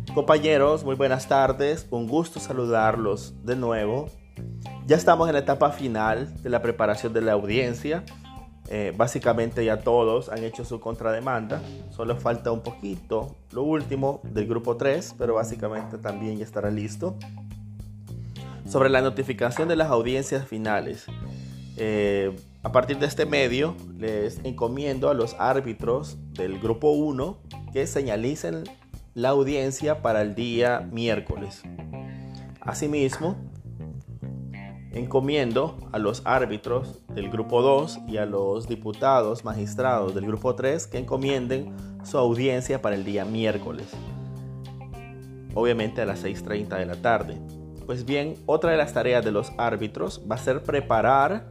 Compañeros, muy buenas tardes, un gusto saludarlos de nuevo. Ya estamos en la etapa final de la preparación de la audiencia. Básicamente ya todos han hecho su contrademanda, solo falta un poquito, lo último del grupo 3, pero básicamente también ya estará listo. Sobre la notificación de las audiencias finales. A partir de este medio les encomiendo a los árbitros del grupo 1 que señalicen la audiencia para el día miércoles. Asimismo, encomiendo a los árbitros del grupo 2 y a los diputados magistrados del grupo 3 que encomienden su audiencia para el día miércoles, obviamente a las 6:30 de la tarde. Pues bien, otra de las tareas de los árbitros va a ser preparar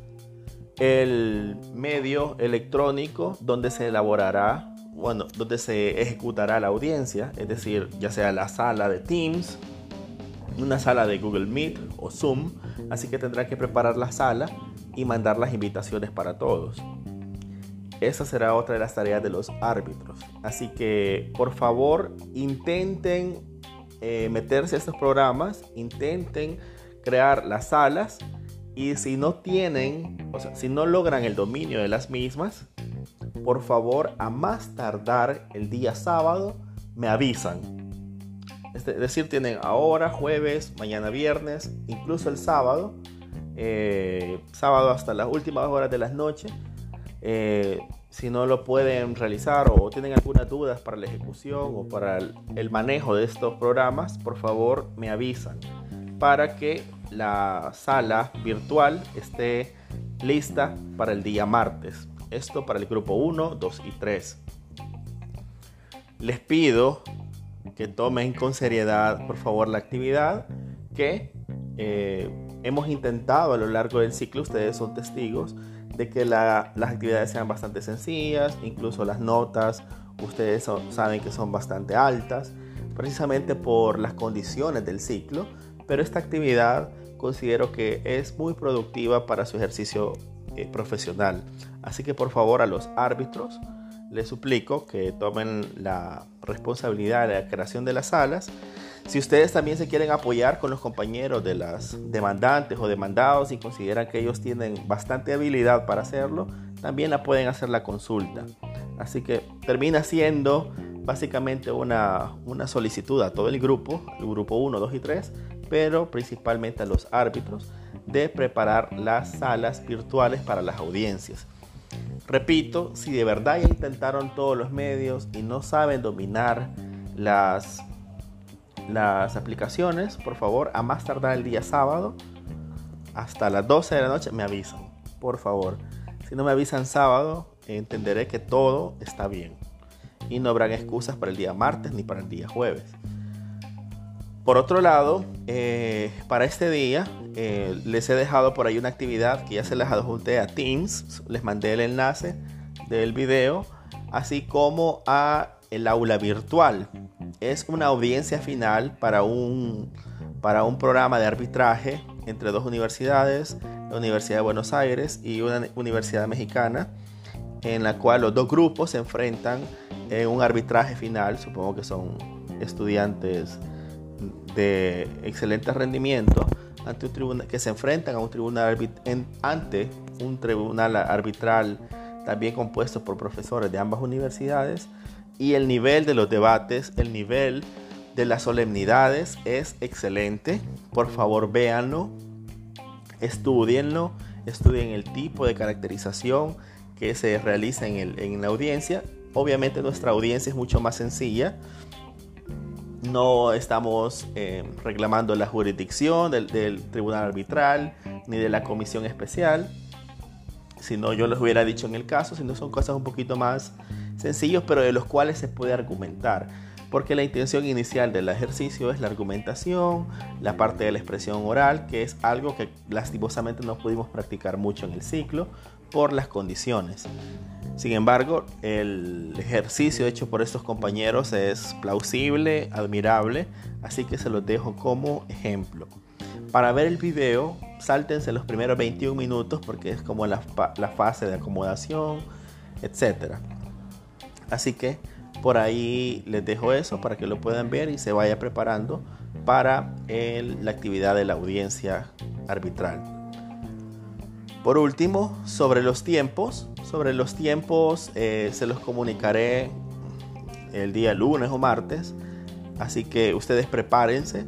el medio electrónico donde se elaborará, donde se ejecutará la audiencia, es decir, ya sea la sala de Teams, una sala de Google Meet o Zoom, así que tendrán que preparar la sala y mandar las invitaciones para todos. Esa será otra de las tareas de los árbitros. Así que, por favor, intenten meterse a estos programas, intenten crear las salas y si no tienen, si no logran el dominio de las mismas, por favor, a más tardar el día sábado, me avisan. Es decir, tienen ahora, jueves, mañana viernes, incluso el sábado, sábado hasta las últimas horas de la noche. Si no lo pueden realizar o tienen algunas dudas para la ejecución o para el manejo de estos programas, por favor me avisan para que la sala virtual esté lista para el día martes. Esto para el grupo 1, 2 y 3. Les pido que tomen con seriedad, por favor, la actividad que hemos intentado a lo largo del ciclo. Ustedes son testigos de que las actividades sean bastante sencillas, incluso las notas, ustedes saben que son bastante altas, precisamente por las condiciones del ciclo, pero esta actividad considero que es muy productiva para su ejercicio profesional. Así que por favor a los árbitros les suplico que tomen la responsabilidad de la creación de las salas. Si ustedes también se quieren apoyar con los compañeros de las demandantes o demandados y consideran que ellos tienen bastante habilidad para hacerlo, también la pueden hacer la consulta. Así que termina siendo básicamente una solicitud a todo el grupo 1, 2 y 3, pero principalmente a los árbitros de preparar las salas virtuales para las audiencias. Repito, si de verdad ya intentaron todos los medios y no saben dominar las aplicaciones, por favor, a más tardar el día sábado, hasta las 12 de la noche, me avisan, por favor. Si no me avisan sábado, entenderé que todo está bien y no habrán excusas para el día martes ni para el día jueves. Por otro lado, para este día les he dejado por ahí una actividad que ya se las adjunté a Teams. Les mandé el enlace del video, así como a el aula virtual. Es una audiencia final para un programa de arbitraje entre dos universidades, la Universidad de Buenos Aires y una universidad mexicana, en la cual los dos grupos se enfrentan en un arbitraje final. Supongo que son estudiantes de excelente rendimiento ante un tribunal, que se enfrentan a un tribunal ante un tribunal arbitral también compuesto por profesores de ambas universidades, y el nivel de los debates, el nivel de las solemnidades es excelente. Por favor, véanlo, estudien el tipo de caracterización que se realiza en la audiencia. Obviamente nuestra audiencia es mucho más sencilla. No estamos reclamando la jurisdicción del tribunal arbitral ni de la comisión especial, sino yo les hubiera dicho en el caso, sino son cosas un poquito más sencillos, pero de los cuales se puede argumentar, porque la intención inicial del ejercicio es la argumentación, la parte de la expresión oral, que es algo que lastimosamente no pudimos practicar mucho en el ciclo por las condiciones. Sin embargo, el ejercicio hecho por estos compañeros es plausible, admirable, así que se los dejo como ejemplo. Para ver el video, sáltense los primeros 21 minutos porque es como la fase de acomodación, etc. Así que Por ahí les dejo eso para que lo puedan ver y se vaya preparando para la actividad de la audiencia arbitral. Por último, sobre los tiempos se los comunicaré el día lunes o martes, así que ustedes prepárense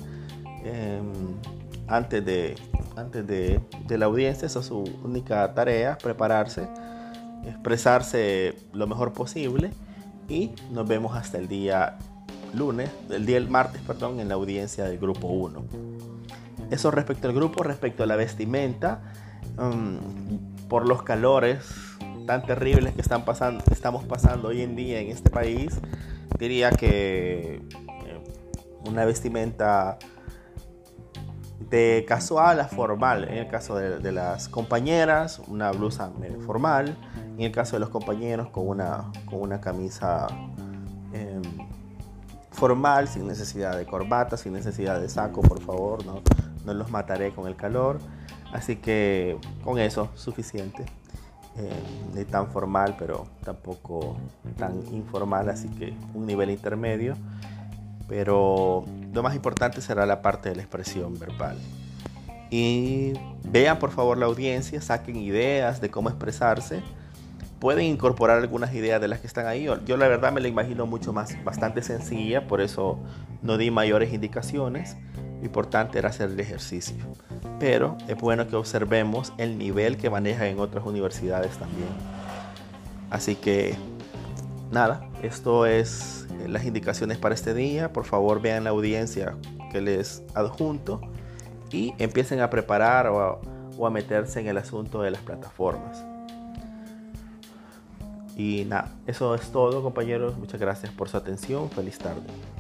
antes de la audiencia. Esa es su única tarea, prepararse, expresarse lo mejor posible, y nos vemos hasta el martes, en la audiencia del grupo 1. Eso respecto al grupo. Respecto a la vestimenta, por los calores tan terribles que estamos pasando hoy en día en este país, diría que una vestimenta de casual a formal. En el caso de las compañeras, una blusa formal. En el caso de los compañeros, con una camisa formal, sin necesidad de corbata, sin necesidad de saco, por favor, no los mataré con el calor. Así que con eso suficiente. Ni tan formal, pero tampoco tan informal, así que un nivel intermedio. Pero lo más importante será la parte de la expresión verbal. Y vean por favor la audiencia, saquen ideas de cómo expresarse. Pueden incorporar algunas ideas de las que están ahí. Yo la verdad me la imagino bastante sencilla, por eso no di mayores indicaciones. Lo importante era hacer el ejercicio. Pero es bueno que observemos el nivel que manejan en otras universidades también. Así que nada, esto es las indicaciones para este día. Por favor, vean la audiencia que les adjunto y empiecen a preparar o a meterse en el asunto de las plataformas. Y nada, eso es todo, compañeros. Muchas gracias por su atención. Feliz tarde.